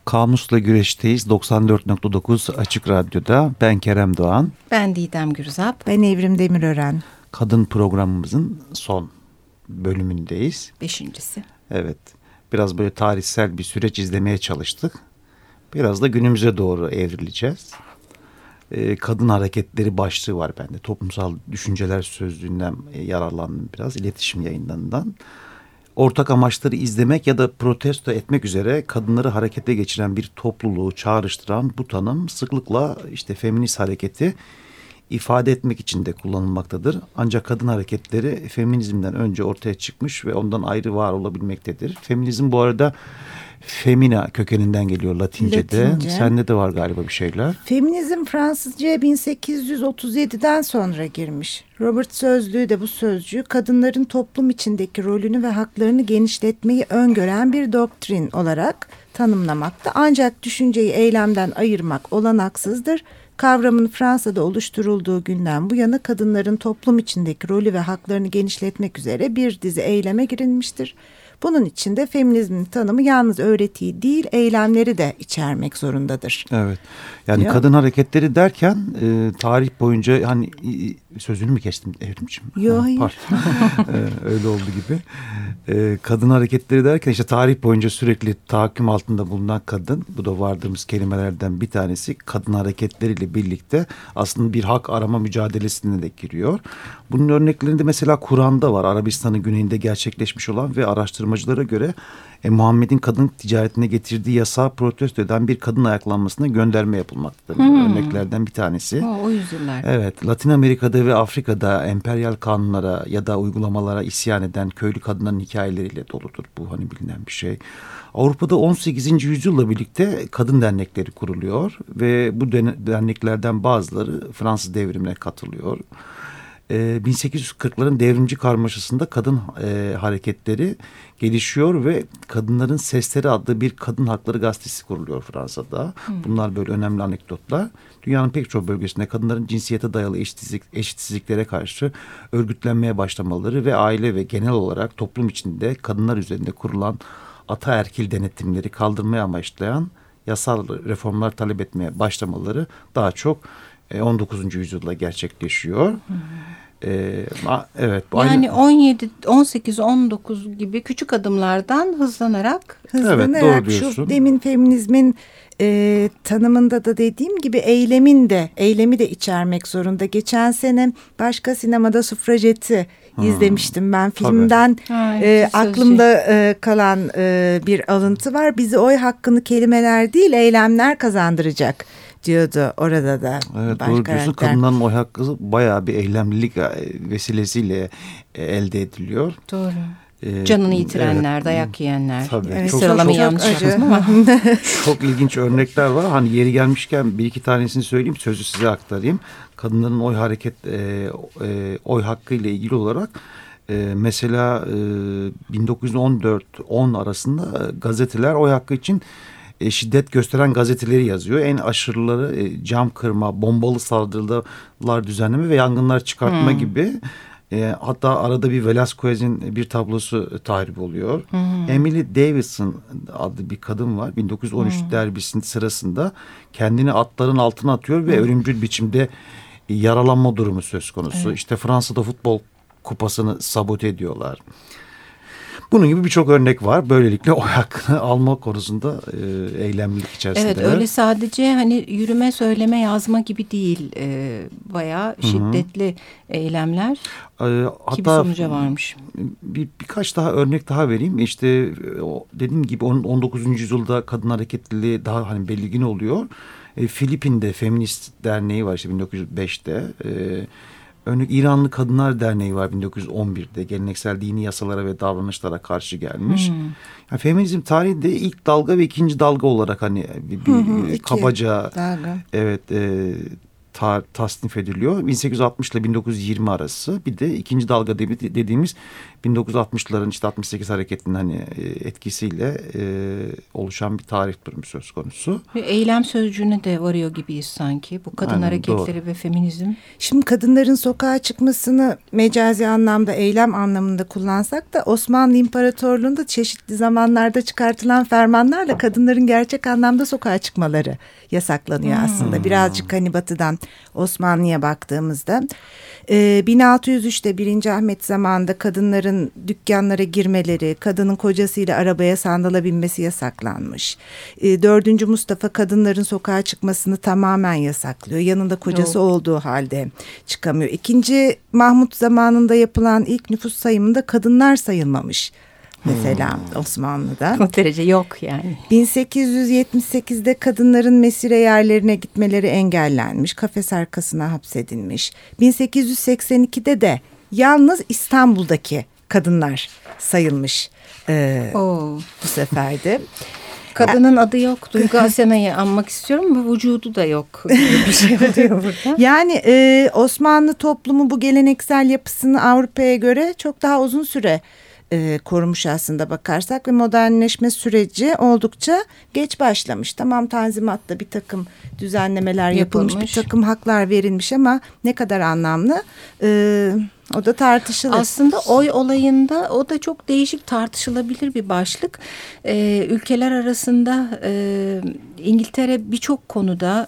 Kamusla Güreş'teyiz. 94.9 Açık Radyo'da. Ben Kerem Doğan. Ben Didem Gürzap. Ben Evrim Demirören. Kadın programımızın son bölümündeyiz. 5.'si. Evet. Biraz böyle tarihsel bir süreç izlemeye çalıştık. Biraz da günümüze doğru evrileceğiz. Kadın hareketleri başlığı var bende. Toplumsal düşünceler sözlüğünden yararlandım biraz. İletişim yayınlarından. Ortak amaçları izlemek ya da protesto etmek üzere kadınları harekete geçiren bir topluluğu çağrıştıran bu tanım sıklıkla işte feminist hareketi ifade etmek için de kullanılmaktadır. Ancak kadın hareketleri feminizmden önce ortaya çıkmış ve ondan ayrı var olabilmektedir. Feminizm bu arada femina kökeninden geliyor Latince'de. Latince. Sende de var galiba bir şeyler. Feminizm Fransızca'ya 1837'den sonra girmiş. Robert Sözlüğü de bu sözcüğü kadınların toplum içindeki rolünü ve haklarını genişletmeyi öngören bir doktrin olarak tanımlamakta. Ancak düşünceyi eylemden ayırmak olanaksızdır. Kavramın Fransa'da oluşturulduğu günden bu yana kadınların toplum içindeki rolü ve haklarını genişletmek üzere bir dizi eyleme girilmiştir. Bunun için de feminizmin tanımı yalnız öğretiyi değil, eylemleri de içermek zorundadır. Evet. Yani Ya. kadın hareketleri derken tarih boyunca hani sözünü mü kestim Evrimciğim? Yok, hayır. Öyle oldu gibi. Kadın hareketleri derken işte tarih boyunca sürekli tahakküm altında bulunan kadın, bu da vardığımız kelimelerden bir tanesi, kadın hareketleriyle birlikte aslında bir hak arama mücadelesine de giriyor. Bunun örneklerinde mesela Kur'an'da var. Arabistan'ın güneyinde gerçekleşmiş olan ve araştırmacılara göre Muhammed'in kadın ticaretine getirdiği yasağı protesto eden bir kadın ayaklanmasına gönderme yapılmaktadır. Örneklerden bir tanesi. O yüzyıllar. Evet, Latin Amerika'da ve Afrika'da emperyal kanunlara ya da uygulamalara isyan eden köylü kadınların hikayeleriyle doludur. Bu hani bilinen bir şey. Avrupa'da 18. yüzyılla birlikte kadın dernekleri kuruluyor ve bu derneklerden bazıları Fransız devrimine katılıyor. 1840'ların devrimci karmaşasında kadın hareketleri gelişiyor ve Kadınların Sesleri adlı bir kadın hakları gazetesi kuruluyor Fransa'da. Bunlar böyle önemli anekdotlar. Dünyanın pek çok bölgesinde kadınların cinsiyete dayalı eşitsizliklere karşı örgütlenmeye başlamaları ve aile ve genel olarak toplum içinde kadınlar üzerinde kurulan ataerkil denetimleri kaldırmaya amaçlayan yasal reformlar talep etmeye başlamaları daha çok 19. yüzyılda gerçekleşiyor. Evet. Yani 17, 18, 19 gibi küçük adımlardan hızlanarak. Evet, doğru diyorsun. Şu demin feminizmin tanımında da dediğim gibi eylemi de içermek zorunda. Geçen sene başka sinemada Sufrajeti izlemiştim ben. Filmden aklımda kalan bir alıntı var. Bizi oy hakkını kelimeler değil eylemler kazandıracak diyordu orada da. Evet, doğru diyorsun. Kadınların oy hakkı bayağı bir eylemlilik vesilesiyle elde ediliyor. Doğru. Canını yitirenler, dayak yiyenler. Tabii. Evet, sıralamayı yanlış yaptım ama. Çok ilginç örnekler var. Hani yeri gelmişken bir iki tanesini söyleyeyim, sözü size aktarayım. Kadınların oy hakkı ile ilgili olarak mesela 1914-10 arasında gazeteler oy hakkı için şiddet gösteren gazeteleri yazıyor. En aşırıları cam kırma, bombalı saldırılar düzenleme ve yangınlar çıkartma gibi. Hatta arada bir Velázquez'in bir tablosu tahrip oluyor. Emily Davison adlı bir kadın var. 1913 derbisinin sırasında kendini atların altına atıyor ve ölümcül biçimde yaralanma durumu söz konusu. Evet. İşte Fransa'da futbol kupasını sabote ediyorlar. Bunun gibi birçok örnek var. Böylelikle oy hakkını alma konusunda eylemlilik içerisinde. Evet, öyle sadece hani yürüme, söyleme, yazma gibi değil. Bayağı şiddetli eylemler gibi sonuca varmış. Birkaç daha örnek daha vereyim. İşte dediğim gibi 19. yüzyılda kadın hareketliliği daha hani belirgin oluyor. Filipin'de Feminist Derneği var işte 1905'te. Örneğin İranlı Kadınlar Derneği var 1911'de, geleneksel dini yasalara ve davranışlara karşı gelmiş. Yani feminizm tarihinde ilk dalga ve ikinci dalga olarak hani bir kabaca tasnif ediliyor. 1860 ile 1920 arası, bir de ikinci dalga dediğimiz 1960'ların işte 68 hareketinin hani etkisiyle oluşan bir tarih durumu söz konusu. Eylem sözcüğüne de varıyor gibiyiz sanki. Bu kadın Aynen, hareketleri doğru. ve feminizm. Şimdi kadınların sokağa çıkmasını mecazi anlamda, eylem anlamında kullansak da Osmanlı İmparatorluğu'nda çeşitli zamanlarda çıkartılan fermanlarla kadınların gerçek anlamda sokağa çıkmaları yasaklanıyor aslında. Birazcık hani batıdan Osmanlı'ya baktığımızda. 1603'te 1. Ahmet zamanında kadınların dükkanlara girmeleri, kadının kocasıyla arabaya sandala binmesi yasaklanmış. 4. Mustafa kadınların sokağa çıkmasını tamamen yasaklıyor. Yanında kocası olduğu halde çıkamıyor. 2. Mahmut zamanında yapılan ilk nüfus sayımında kadınlar sayılmamış. Mesela Osmanlı'da. O derece yok yani. 1878'de kadınların mesire yerlerine gitmeleri engellenmiş. Kafes arkasına hapsedilmiş. 1882'de de yalnız İstanbul'daki kadınlar sayılmış bu sefer de. Kadının adı yok. Duygu Asena'yı anmak istiyorum ama vücudu da yok. Bir şey oluyor burada. Yani Osmanlı toplumu bu geleneksel yapısını Avrupa'ya göre çok daha uzun süre korumuş aslında bakarsak ve modernleşme süreci oldukça geç başlamış. Tamam, Tanzimat'ta bir takım düzenlemeler yapılmış, bir takım haklar verilmiş ama ne kadar anlamlı o da tartışılır. Aslında oy olayında o da çok değişik, tartışılabilir bir başlık. Ülkeler arasında İngiltere birçok konuda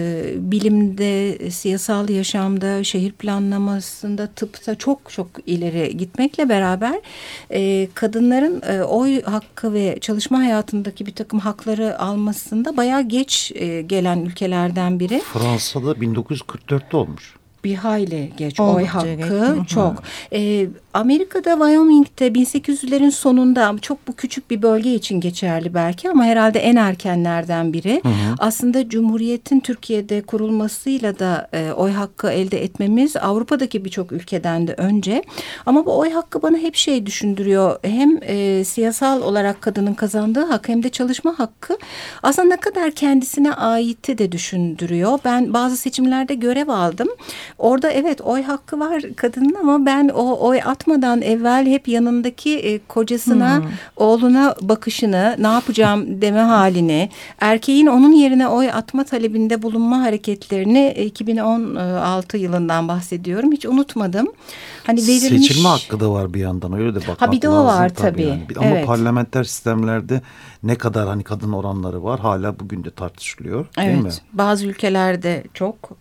bilimde, siyasal yaşamda, şehir planlamasında, tıpta çok çok ileri gitmekle beraber kadınların oy hakkı ve çalışma hayatındaki bir takım hakları almasında bayağı geç gelen ülkelerden biri. Fransa'da 1944'te olmuş. Bir hayli geç oy hakkı çok. Amerika'da Wyoming'de 1800'lerin sonunda, çok bu küçük bir bölge için geçerli belki ama herhalde en erkenlerden biri. Aslında Cumhuriyet'in Türkiye'de kurulmasıyla da oy hakkı elde etmemiz Avrupa'daki birçok ülkeden de önce. Ama bu oy hakkı bana hep şey düşündürüyor. Hem siyasal olarak kadının kazandığı hak hem de çalışma hakkı aslında ne kadar kendisine aiti de düşündürüyor. Ben bazı seçimlerde görev aldım. Orada evet oy hakkı var kadının ama ben o oy atmadan evvel hep yanındaki kocasına, oğluna bakışını, ne yapacağım deme halini, erkeğin onun yerine oy atma talebinde bulunma hareketlerini 2016 yılından bahsediyorum. Hiç unutmadım. Hani verilmiş... Seçilme hakkı da var bir yandan, öyle de bakmak lazım. Bir de o var tabii. Yani. Ama parlamenter sistemlerde ne kadar hani kadın oranları var hala bugün de tartışılıyor, değil mi? Bazı ülkelerde çok,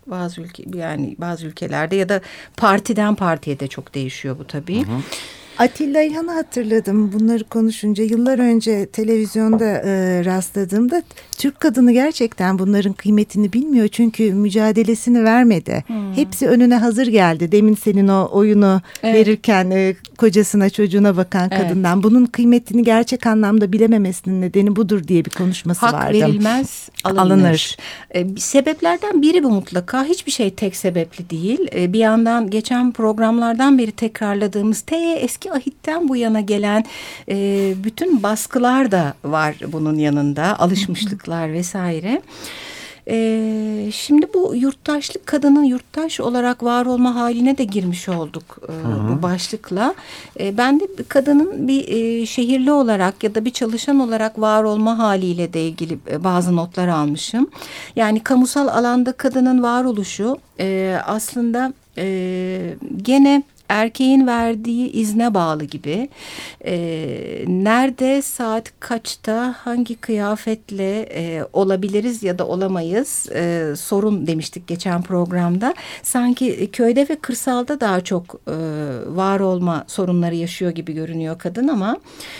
bazı ülkelerde ya da partiden partiye de çok değişiyor bu tabii. Atilla İlhan'ı hatırladım bunları konuşunca. Yıllar önce televizyonda rastladığımda Türk kadını gerçekten bunların kıymetini bilmiyor. Çünkü mücadelesini vermedi. Hepsi önüne hazır geldi. Demin senin o oyunu verirken kocasına, çocuğuna bakan kadından. Bunun kıymetini gerçek anlamda bilememesinin nedeni budur diye bir konuşması vardı. Hak verilmez, alınır. Sebeplerden biri bu mutlaka. Hiçbir şey tek sebepli değil. Bir yandan geçen programlardan beri tekrarladığımız eski ahitten bu yana gelen bütün baskılar da var bunun yanında, alışmışlıklar vesaire. Şimdi bu yurttaşlık, kadının yurttaş olarak var olma haline de girmiş olduk bu başlıkla. Ben de kadının bir şehirli olarak ya da bir çalışan olarak var olma haliyle de ilgili bazı notlar almışım. Yani kamusal alanda kadının varoluşu aslında gene erkeğin verdiği izne bağlı gibi. Nerede, saat kaçta, hangi kıyafetle olabiliriz ya da olamayız sorun demiştik geçen programda. Sanki köyde ve kırsalda daha çok var olma sorunları yaşıyor gibi görünüyor kadın ama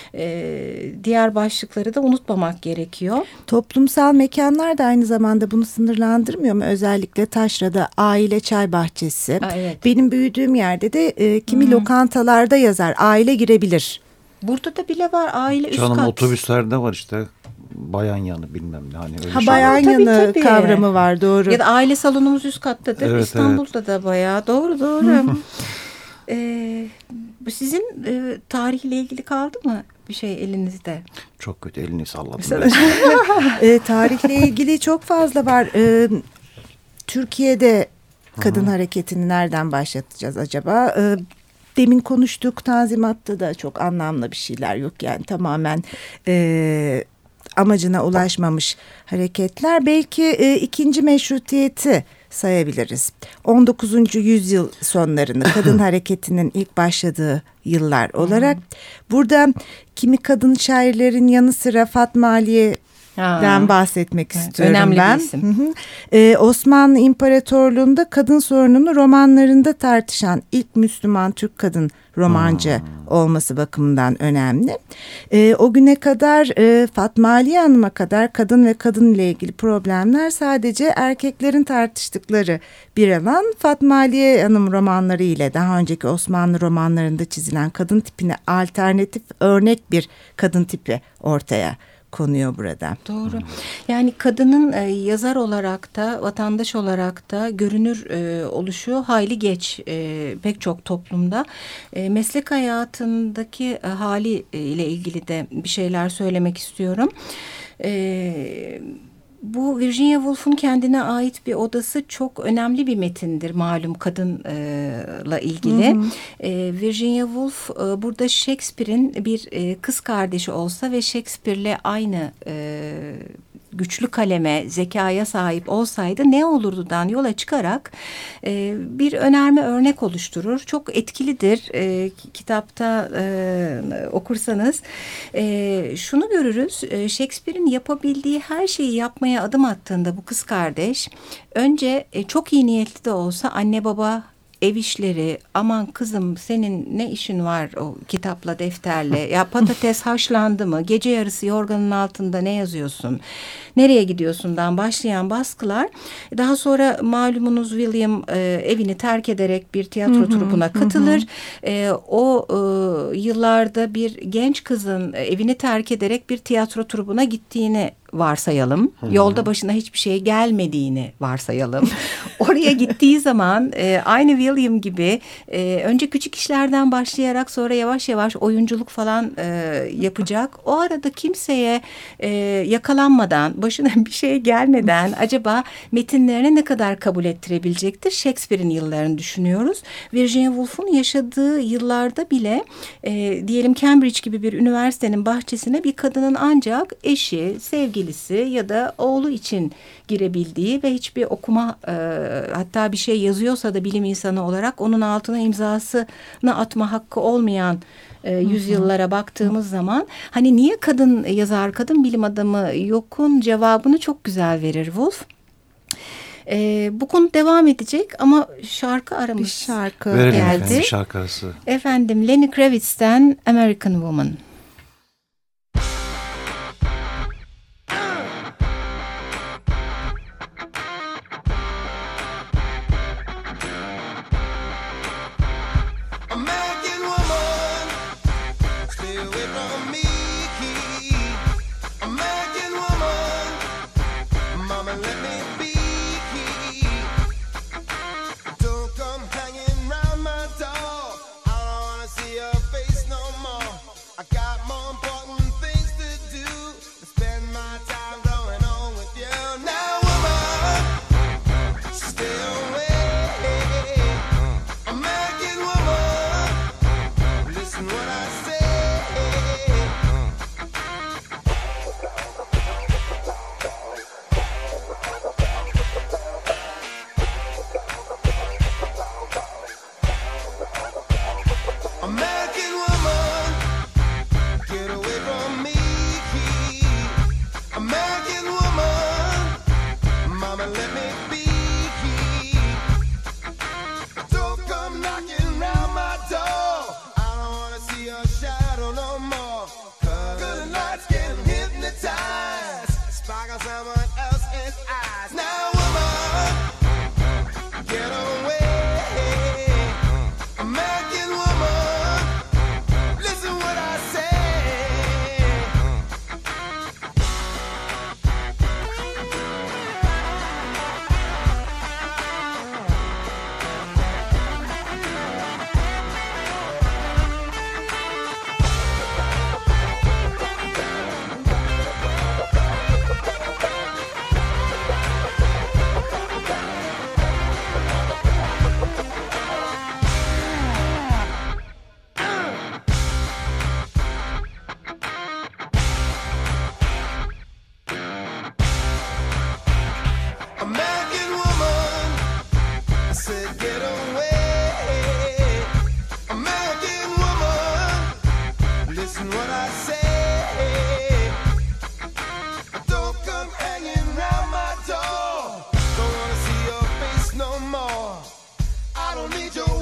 diğer başlıkları da unutmamak gerekiyor. Toplumsal mekanlar da aynı zamanda bunu sınırlandırmıyor mu? Özellikle Taşra'da aile çay bahçesi. Evet. Benim büyüdüğüm yerde de kimi lokantalarda yazar aile girebilir. Burada da bile var aile üst kat. Canım otobüslerde var işte bayan yanı bilmem ne. Hani öyle bayan yanı kavramı var, doğru. Ya da aile salonumuz üst kattadır. Evet, İstanbul'da da bayağı doğru. Sizin tarihle ilgili kaldı mı bir şey elinizde? Çok kötü, elini salladım. Tarihle ilgili çok fazla var. Türkiye'de kadın hareketini nereden başlatacağız acaba? demin konuştuk, Tanzimat'ta da çok anlamlı bir şeyler yok. Yani tamamen amacına ulaşmamış hareketler. Belki ikinci meşrutiyeti sayabiliriz. 19. yüzyıl sonlarını, kadın hareketinin ilk başladığı yıllar olarak. Burada kimi kadın şairlerin yanı sıra Fatma Aliye'den bahsetmek istiyorum önemli ben. Bir isim. Osmanlı İmparatorluğu'nda kadın sorununu romanlarında tartışan ilk Müslüman Türk kadın romancı olması bakımından önemli. O güne kadar Fatma Aliye Hanım'a kadar kadın ve kadın ile ilgili problemler sadece erkeklerin tartıştıkları bir alan. Fatma Aliye Hanım romanları ile daha önceki Osmanlı romanlarında çizilen kadın tipine alternatif örnek bir kadın tipi ortaya konuyor burada. Doğru. Yani kadının yazar olarak da vatandaş olarak da görünür oluşu hayli geç pek çok toplumda. Meslek hayatındaki hali ile ilgili de bir şeyler söylemek istiyorum. Bu Virginia Woolf'un kendine ait bir odası çok önemli bir metindir malum kadınla ilgili. Virginia Woolf burada Shakespeare'in bir kız kardeşi olsa ve Shakespeare'le aynı güçlü kaleme, zekaya sahip olsaydı ne olurdudan yola çıkarak bir önerme örnek oluşturur. Çok etkilidir. Kitapta okursanız şunu görürüz. Shakespeare'in yapabildiği her şeyi yapmaya adım attığında bu kız kardeş önce çok iyi niyetli de olsa anne baba, ev işleri, aman kızım senin ne işin var o kitapla, defterle, ya patates haşlandı mı, gece yarısı yorganın altında ne yazıyorsun, nereye gidiyorsundan başlayan baskılar, daha sonra malumunuz William evini terk ederek bir tiyatro trupuna katılır. O yıllarda bir genç kızın evini terk ederek bir tiyatro trupuna gittiğini varsayalım. Yolda başına hiçbir şey gelmediğini varsayalım. Oraya gittiği zaman aynı William gibi önce küçük işlerden başlayarak sonra yavaş yavaş oyunculuk falan yapacak. O arada kimseye yakalanmadan, başına bir şey gelmeden acaba metinlerine ne kadar kabul ettirebilecektir? Shakespeare'in yıllarını düşünüyoruz. Virginia Woolf'un yaşadığı yıllarda bile diyelim Cambridge gibi bir üniversitenin bahçesine bir kadının ancak eşi, sevgilisi ya da oğlu için girebildiği ve hiçbir okuma hatta bir şey yazıyorsa da bilim insanı olarak onun altına imzasını atma hakkı olmayan yüzyıllara baktığımız zaman hani niye kadın yazar, kadın bilim adamı yokun cevabını çok güzel verir Woolf. Bu konu devam edecek ama şarkı aramız bir şarkı verelim geldi. Efendim, şarkı arası. Efendim Lenny Kravitz'ten American Woman.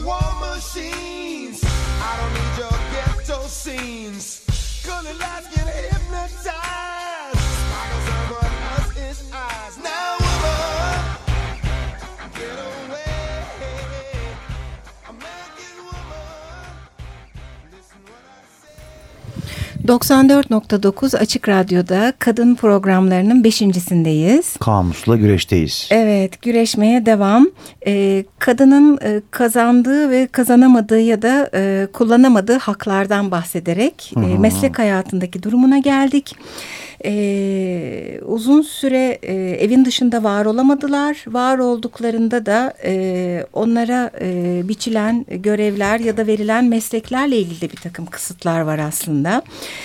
war machines. I don't need your ghetto scenes. Colored lights get hypnotized. Sparkles on my husband's eyes. Now woman, get away. American woman, listen what I say. 94.9 Açık Radyo'da kadın programlarının 5.sindeyiz. Kamusla güreşteyiz. Evet, güreşmeye devam. Kadının kazandığı ve kazanamadığı ya da kullanamadığı haklardan bahsederek meslek hayatındaki durumuna geldik. Uzun süre evin dışında var olamadılar. Var olduklarında da onlara biçilen görevler ya da verilen mesleklerle ilgili de bir takım kısıtlar var aslında.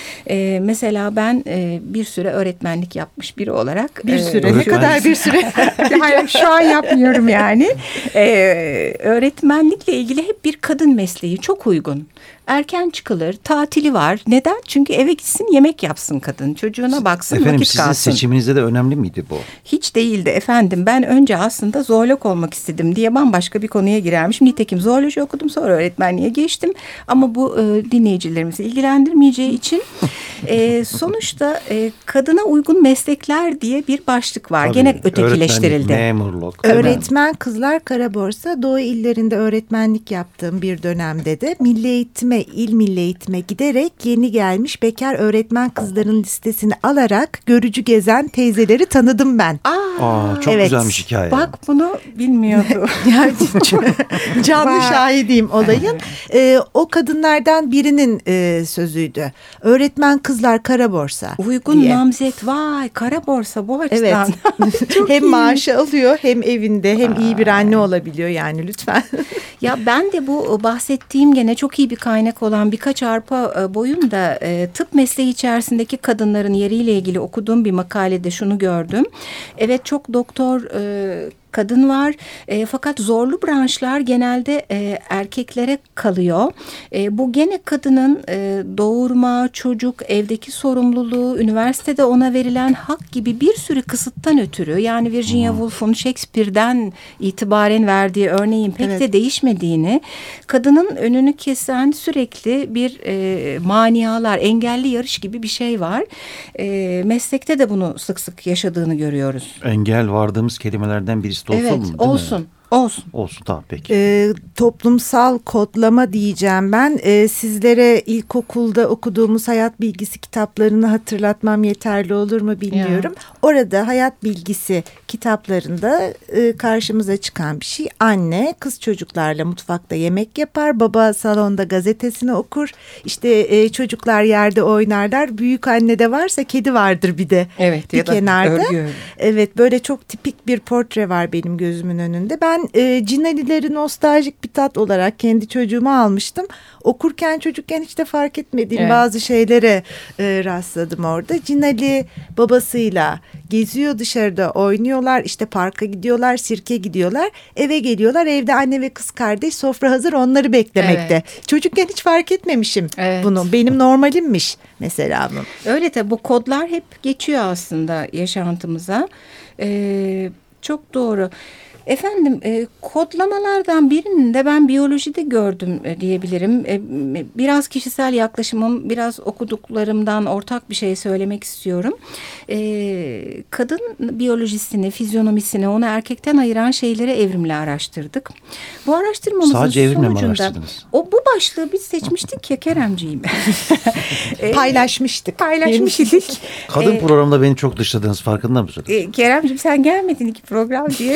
Mesela ben bir süre öğretmenlik yapmış biri olarak. Bir süre ne kadar bir süre? Hayır, şu an yapmıyorum yani. Öğretmenlikle ilgili hep bir kadın mesleği çok uygun. Erken çıkılır, tatili var. Neden? Çünkü eve gitsin, yemek yapsın kadın. Çocuğuna baksın, efendim, vakit kalsın. sizin seçiminizde de önemli miydi bu? Hiç değildi efendim. Ben önce aslında zoolog olmak istedim diye bambaşka bir konuya girermişim. Nitekim zooloji okudum, sonra öğretmenliğe geçtim. Ama bu dinleyicilerimizi ilgilendirmeyeceği için sonuçta kadına uygun meslekler diye bir başlık var. Tabii, gene ötekileştirildi. Memurluk. Öğretmen kızlar kara borsa. Doğu illerinde öğretmenlik yaptığım bir dönemde de milli eğitime, il milli eğitime giderek yeni gelmiş bekar öğretmen kızların listesini alarak görücü gezen teyzeleri tanıdım ben. Çok evet. güzelmiş hikaye. Bak bunu bilmiyordum. Yani canlı şahidiyim olayın. O kadınlardan birinin sözüydü. Öğretmen kızlar kara borsa. Uygun diye. namzet, vay kara borsa bu açıdan. Evet. Hem maaşı alıyor hem evinde hem iyi bir anne olabiliyor yani lütfen. Ya ben de bu bahsettiğim gene çok iyi bir kaynak olan birkaç arpa boyunda tıp mesleği içerisindeki kadınların yeriyle ilgili okuduğum bir makalede şunu gördüm. Evet, çok doktor kadın var. Fakat zorlu branşlar genelde erkeklere kalıyor. Bu gene kadının doğurma, çocuk, evdeki sorumluluğu, üniversitede ona verilen hak gibi bir sürü kısıttan ötürü, yani Virginia Woolf'un Shakespeare'den itibaren verdiği örneğin pek de değişmediğini, kadının önünü kesen sürekli bir manialar, engelli yarış gibi bir şey var. Meslekte de bunu sık sık yaşadığını görüyoruz. Engel vardığımız kelimelerden birisi de olsun evet, mu? Değil olsun. mi? Olsun Tamam peki. Toplumsal kodlama diyeceğim ben. Sizlere ilkokulda okuduğumuz hayat bilgisi kitaplarını hatırlatmam yeterli olur mu bilmiyorum. Orada hayat bilgisi kitaplarında karşımıza çıkan bir şey. Anne kız çocuklarla mutfakta yemek yapar. Baba salonda gazetesini okur. İşte çocuklar yerde oynarlar. Büyük anne de varsa kedi vardır bir de. Evet, bir ya da kenarda. örgü. Evet, böyle çok tipik bir portre var benim gözümün önünde. Ben Cinali'leri nostaljik bir tat olarak kendi çocuğuma almıştım. Okurken çocukken hiç de fark etmediğim bazı şeylere rastladım orada. Cinali babasıyla geziyor, dışarıda oynuyorlar, işte parka gidiyorlar, sirke gidiyorlar, eve geliyorlar, evde anne ve kız kardeş, sofra hazır, onları beklemekte. Evet. Çocukken hiç fark etmemişim bunu. Benim normalimmiş mesela bu. Öyle tabii, bu kodlar hep geçiyor aslında yaşantımıza. Çok doğru. Efendim, kodlamalardan birini de ben biyolojide gördüm diyebilirim. Biraz kişisel yaklaşımım, biraz okuduklarımdan ortak bir şey söylemek istiyorum. Kadın biyolojisini, fizyonomisini, onu erkekten ayıran şeyleri evrimle araştırdık. Bu araştırmamızın sadece evrimle mi sonucunda araştırdınız? bu başlığı biz seçmiştik ya Keremciğim. Paylaşmıştık. Kadın programda beni çok dışladınız, farkında mısınız? Keremciğim, sen gelmedin iki program diye.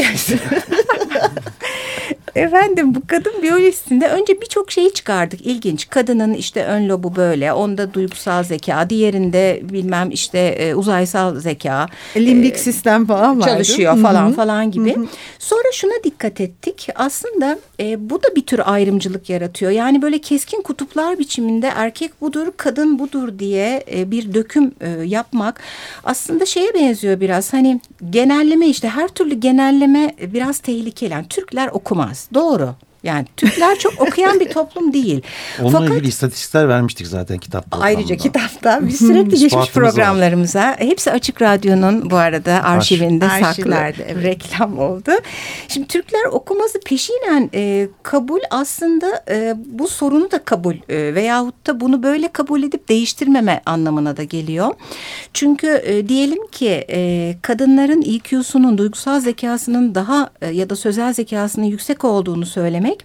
Efendim, bu kadın biyolojisinde önce birçok şeyi çıkardık. İlginç. Kadının işte ön lobu böyle, onda duygusal zeka, diğerinde bilmem işte uzaysal zeka. Limbik sistem falan var. Çalışıyor falan falan gibi. Sonra şuna dikkat ettik. Aslında bu da bir tür ayrımcılık yaratıyor. Yani böyle keskin kutuplar biçiminde erkek budur, kadın budur diye bir döküm yapmak aslında şeye benziyor biraz. Hani genelleme, işte her türlü genelleme biraz tehlikeli. Yani Türkler okumaz. Doğru. Yani Türkler çok okuyan bir toplum değil. Onunla ilgili istatistikler vermiştik zaten kitap programında. Ayrıca kitapta biz sürekli geçmiş programlarımıza, hepsi Açık Radyo'nun bu arada arşivinde saklı, evet. Reklam oldu. Şimdi Türkler okuması peşinen kabul aslında bu sorunu da kabul veyahut da bunu böyle kabul edip değiştirmeme anlamına da geliyor. Çünkü diyelim ki kadınların IQ'sunun, duygusal zekasının daha ya da sözel zekasının yüksek olduğunu söylemek,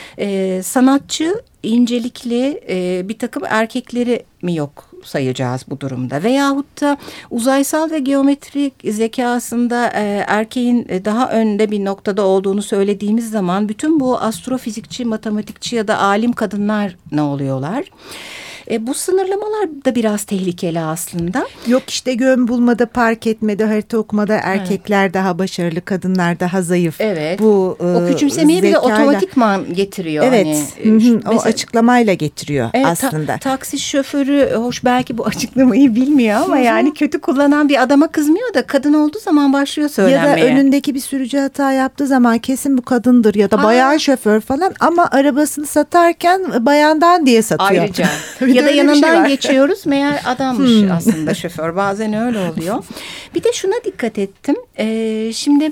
sanatçı, incelikli bir takım erkekleri mi yok sayacağız bu durumda? Veyahut da uzaysal ve geometrik zekasında erkeğin daha önde bir noktada olduğunu söylediğimiz zaman bütün bu astrofizikçi, matematikçi ya da alim kadınlar ne oluyorlar? Bu sınırlamalar da biraz tehlikeli aslında. Yok işte yön bulmada, park etmede, harita okumada erkekler daha başarılı, kadınlar daha zayıf. Evet. O küçümsemeyi bile otomatikman getiriyor. Evet. Hani, o açıklamayla getiriyor aslında. Taksi şoförü hoş belki bu açıklamayı bilmiyor ama yani kötü kullanan bir adama kızmıyor da kadın olduğu zaman başlıyor söylenmeye. Ya da önündeki bir sürücü hata yaptığı zaman kesin bu kadındır ya da bayan şoför falan ama arabasını satarken bayandan diye satıyor. Ayrıca. Ya da yanından geçiyoruz meğer adammış aslında şoför. Bazen öyle oluyor. Bir de şuna dikkat ettim. Şimdi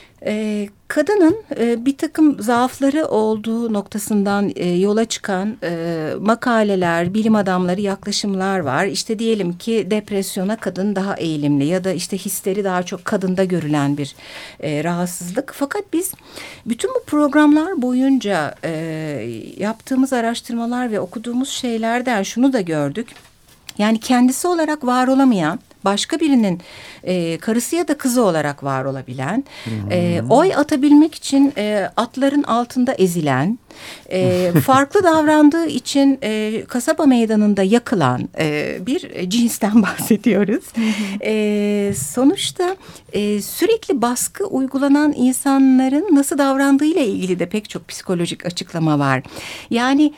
kadının bir takım zaafları olduğu noktasından yola çıkan makaleler, bilim adamları yaklaşımlar var. İşte diyelim ki depresyona kadın daha eğilimli ya da işte histeri daha çok kadında görülen bir rahatsızlık. Fakat biz bütün bu programlar boyunca yaptığımız araştırmalar ve okuduğumuz şeylerden şunu da gördük. Yani kendisi olarak var olamayan, başka birinin karısı ya da kızı olarak var olabilen, oy atabilmek için atların altında ezilen, farklı davrandığı için kasaba meydanında yakılan bir cinsten bahsediyoruz. Sonuçta sürekli baskı uygulanan insanların nasıl davrandığıyla ilgili de pek çok psikolojik açıklama var. Yani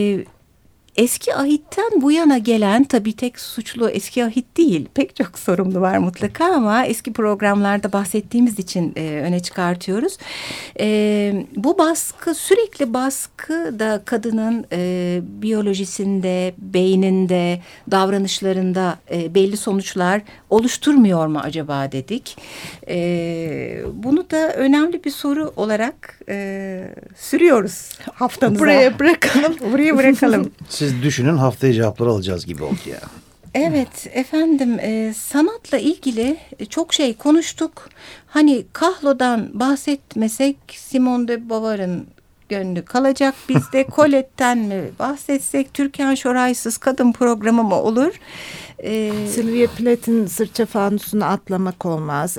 eski ahitten bu yana gelen, tabii tek suçlu eski ahit değil, pek çok sorumlu var mutlaka ama eski programlarda bahsettiğimiz için öne çıkartıyoruz. Bu baskı, sürekli baskı da kadının biyolojisinde, beyninde, davranışlarında belli sonuçlar oluşturmuyor mu acaba dedik. Bunu da önemli bir soru olarak sürüyoruz haftamıza. Buraya bırakalım. Siz düşünün, haftaya cevapları alacağız gibi oldu ya. Evet efendim, sanatla ilgili çok şey konuştuk. Hani Kahlo'dan bahsetmesek Simone de Beauvoir'ın gönlü kalacak. Biz de Colette'ten mi bahsetsek, Türkan Şoray'sız kadın programı mı olur? Sylvia Plath'in Sırça Fanusunu atlamak olmaz.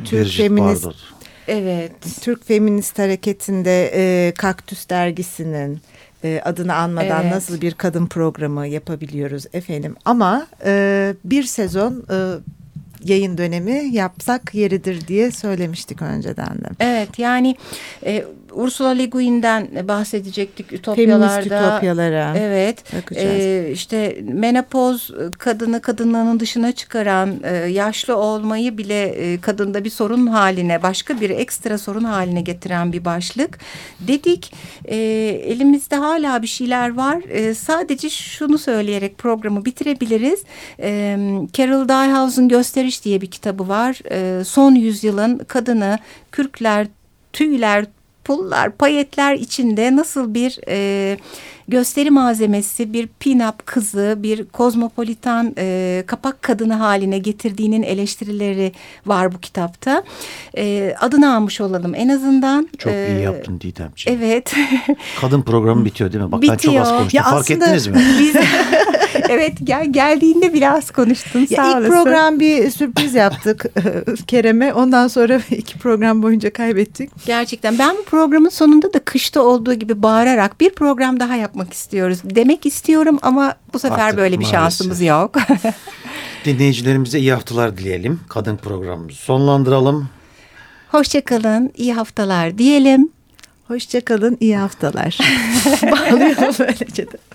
Türk Feminist Hareketi'nde Kaktüs dergisinin adını anmadan nasıl bir kadın programı yapabiliyoruz efendim. Ama bir sezon yayın dönemi yapsak yeridir diye söylemiştik önceden de. Evet, yani Ursula Le Guin'den bahsedecektik Ütopyalarda. Feminist Ütopyalara. Evet. İşte menopoz kadınlığının dışına çıkaran, yaşlı olmayı bile kadında bir sorun haline, başka bir ekstra sorun haline getiren bir başlık dedik. Elimizde hala bir şeyler var. Sadece şunu söyleyerek programı bitirebiliriz. Carol Dyehouse'un Gösteriş diye bir kitabı var. Son yüzyılın kadını, kürkler, tüyler, pullar, payetler içinde nasıl bir gösteri malzemesi, bir pin-up kızı, bir kozmopolitan kapak kadını haline getirdiğinin eleştirileri var bu kitapta. Adını almış olalım en azından. Çok iyi yaptın Didemciğim. Evet. Kadın programı bitiyor değil mi? Bak bitiyor. Ben çok az konuştum. Fark ettiniz mi? Evet, geldiğinde biraz konuştun. Sağ olasın. İlk program bir sürpriz yaptık Kerem'e. Ondan sonra 2 program boyunca kaybettik. Gerçekten ben bu programın sonunda da kışta olduğu gibi bağırarak bir program daha yapmak istiyoruz. Demek istiyorum ama bu sefer artık böyle bir şansımız yok. Dinleyicilerimize iyi haftalar dileyelim. Kadın programımızı sonlandıralım. Hoşçakalın, iyi haftalar diyelim. Hoşçakalın, iyi haftalar. Bağlıyorum böylece de.